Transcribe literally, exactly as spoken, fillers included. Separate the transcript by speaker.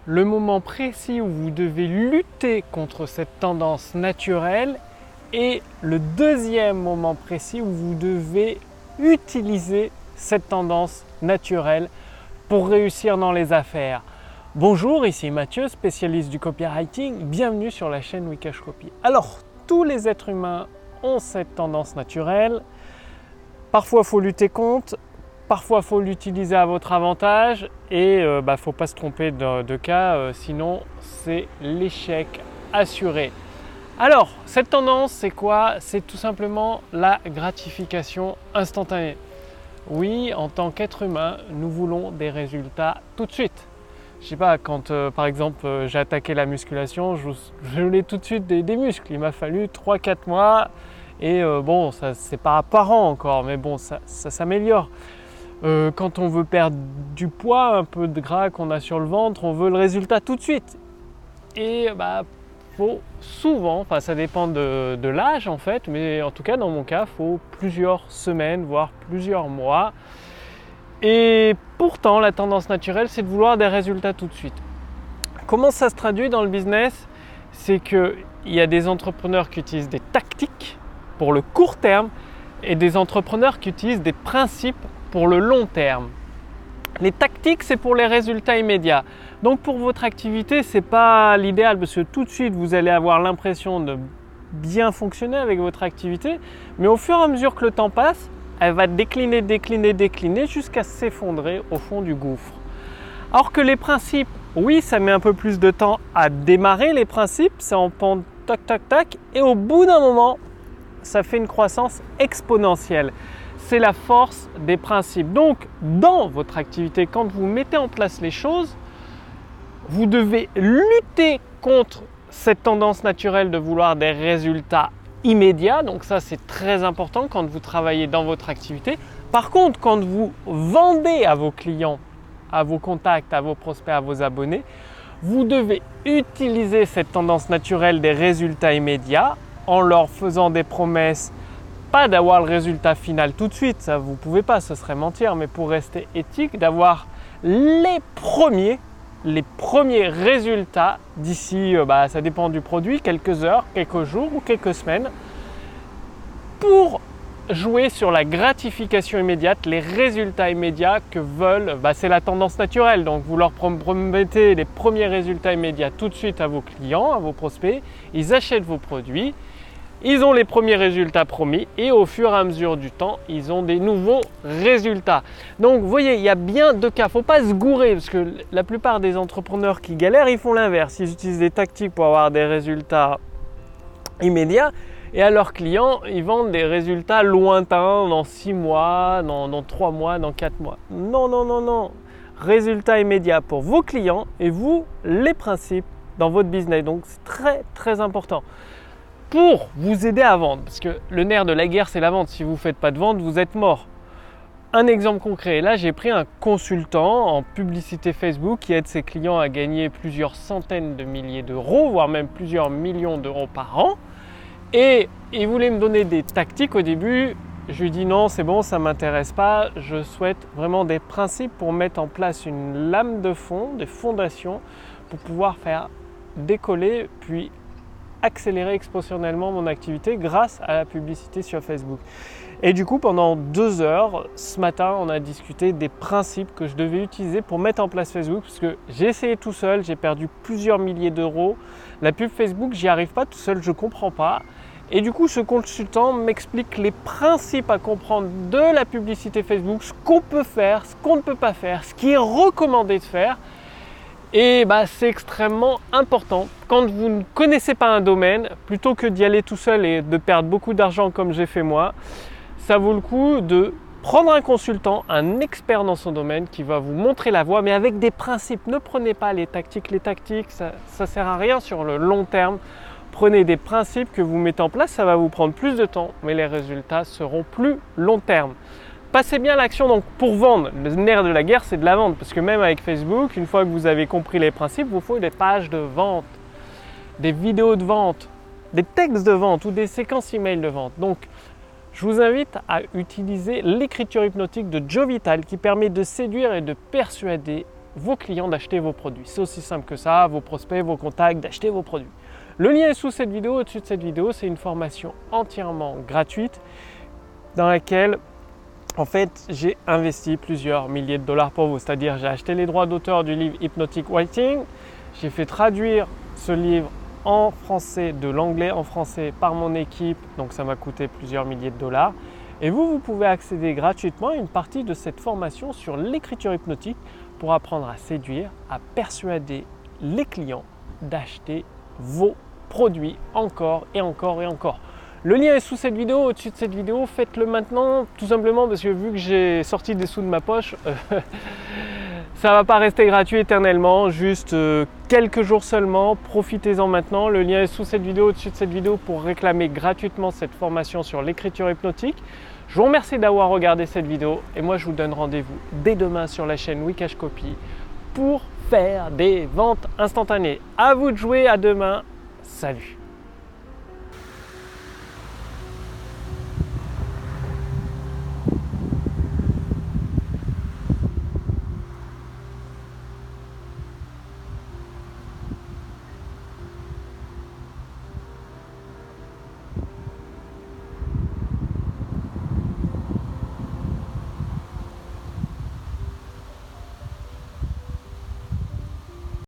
Speaker 1: le moment précis où vous devez lutter contre cette tendance naturelle et le deuxième moment précis où vous devez utiliser cette tendance naturelle pour réussir dans les affaires. Bonjour, ici Mathieu, spécialiste du copywriting. Bienvenue sur la chaîne Wikash Copy. Alors, tous les êtres humains ont cette tendance naturelle. Parfois, il faut lutter contre. Parfois, il faut l'utiliser à votre avantage et il euh, ne bah, faut pas se tromper de, de cas, euh, sinon c'est l'échec assuré. Alors, cette tendance, c'est quoi? C'est tout simplement la gratification instantanée. Oui, en tant qu'être humain, nous voulons des résultats tout de suite. Je sais pas, quand euh, par exemple euh, j'ai attaqué la musculation, je, je voulais tout de suite des, des muscles. Il m'a fallu trois quatre mois et euh, bon, ça c'est pas apparent encore, mais bon, ça, ça s'améliore. Euh, quand on veut perdre du poids, un peu de gras qu'on a sur le ventre, on veut le résultat tout de suite. Et bah, faut souvent, enfin ça dépend de, de l'âge en fait, mais en tout cas dans mon cas, il faut plusieurs semaines, voire plusieurs mois. Et pourtant, la tendance naturelle, c'est de vouloir des résultats tout de suite. Comment ça se traduit dans le business? C'est qu'il y a des entrepreneurs qui utilisent des tactiques pour le court terme et des entrepreneurs qui utilisent des principes pour le long terme. Les tactiques, c'est pour les résultats immédiats. Donc pour votre activité, ce n'est pas l'idéal parce que tout de suite, vous allez avoir l'impression de bien fonctionner avec votre activité. Mais au fur et à mesure que le temps passe, elle va décliner, décliner, décliner jusqu'à s'effondrer au fond du gouffre. Alors que les principes, oui, ça met un peu plus de temps à démarrer les principes, ça en pend tac, tac, tac, et au bout d'un moment, ça fait une croissance exponentielle. C'est la force des principes. Donc, dans votre activité, quand vous mettez en place les choses, vous devez lutter contre cette tendance naturelle de vouloir des résultats immédiat, donc ça c'est très important quand vous travaillez dans votre activité. Par contre, quand vous vendez à vos clients, à vos contacts, à vos prospects, à vos abonnés, vous devez utiliser cette tendance naturelle des résultats immédiats en leur faisant des promesses, pas d'avoir le résultat final tout de suite, ça vous ne pouvez pas, ce serait mentir, mais pour rester éthique, d'avoir les premiers les premiers résultats d'ici, euh, bah, ça dépend du produit, quelques heures, quelques jours ou quelques semaines, pour jouer sur la gratification immédiate, les résultats immédiats que veulent, bah, c'est la tendance naturelle. Donc vous leur promettez les premiers résultats immédiats tout de suite à vos clients, à vos prospects, ils achètent vos produits, ils ont les premiers résultats promis et au fur et à mesure du temps, ils ont des nouveaux résultats. Donc vous voyez, il y a bien deux cas. Il ne faut pas se gourer parce que la plupart des entrepreneurs qui galèrent, ils font l'inverse. Ils utilisent des tactiques pour avoir des résultats immédiats et à leurs clients, ils vendent des résultats lointains dans six mois, dans, dans trois mois, dans quatre mois. Non, non, non, non. Résultats immédiats pour vos clients et vous, les principes dans votre business. Donc c'est très, très important. Pour vous aider à vendre, parce que le nerf de la guerre, c'est la vente. Si vous ne faites pas de vente, vous êtes mort. Un exemple concret, là j'ai pris un consultant en publicité Facebook qui aide ses clients à gagner plusieurs centaines de milliers d'euros, voire même plusieurs millions d'euros par an. Et il voulait me donner des tactiques au début. Je lui dis non, c'est bon, ça ne m'intéresse pas. Je souhaite vraiment des principes pour mettre en place une lame de fond, des fondations, pour pouvoir faire décoller, puis accélérer exponentiellement mon activité grâce à la publicité sur Facebook. Et du coup, pendant deux heures, ce matin, on a discuté des principes que je devais utiliser pour mettre en place Facebook parce que j'ai essayé tout seul, j'ai perdu plusieurs milliers d'euros. La pub Facebook, j'y arrive pas tout seul, je comprends pas. Et du coup, ce consultant m'explique les principes à comprendre de la publicité Facebook, ce qu'on peut faire, ce qu'on ne peut pas faire, ce qui est recommandé de faire. Et bah, c'est extrêmement important. Quand vous ne connaissez pas un domaine, plutôt que d'y aller tout seul et de perdre beaucoup d'argent comme j'ai fait moi, ça vaut le coup de prendre un consultant, un expert dans son domaine qui va vous montrer la voie, mais avec des principes. Ne prenez pas les tactiques. Les tactiques, ça ne sert à rien sur le long terme. Prenez des principes que vous mettez en place, ça va vous prendre plus de temps, mais les résultats seront plus long terme. Passez bien à l'action. Donc pour vendre, le nerf de la guerre, c'est de la vente. Parce que même avec Facebook, une fois que vous avez compris les principes, il vous faut des pages de vente, des vidéos de vente, des textes de vente ou des séquences email de vente. Donc je vous invite à utiliser l'écriture hypnotique de Joe Vital qui permet de séduire et de persuader vos clients d'acheter vos produits. C'est aussi simple que ça, vos prospects, vos contacts, d'acheter vos produits. Le lien est sous cette vidéo, au-dessus de cette vidéo, c'est une formation entièrement gratuite dans laquelle en fait j'ai investi plusieurs milliers de dollars pour vous. C'est-à-dire j'ai acheté les droits d'auteur du livre Hypnotic Writing, j'ai fait traduire ce livre en français, de l'anglais en français par mon équipe, donc ça m'a coûté plusieurs milliers de dollars. Et vous, vous pouvez accéder gratuitement à une partie de cette formation sur l'écriture hypnotique pour apprendre à séduire, à persuader les clients d'acheter vos produits encore et encore et encore. Le lien est sous cette vidéo, au-dessus de cette vidéo, faites-le maintenant tout simplement parce que vu que j'ai sorti des sous de ma poche, euh, ça ne va pas rester gratuit éternellement, juste euh, quelques jours seulement, profitez-en maintenant. Le lien est sous cette vidéo, au-dessus de cette vidéo pour réclamer gratuitement cette formation sur l'écriture hypnotique. Je vous remercie d'avoir regardé cette vidéo et moi je vous donne rendez-vous dès demain sur la chaîne Wikash Copy pour faire des ventes instantanées. À vous de jouer, à demain, salut!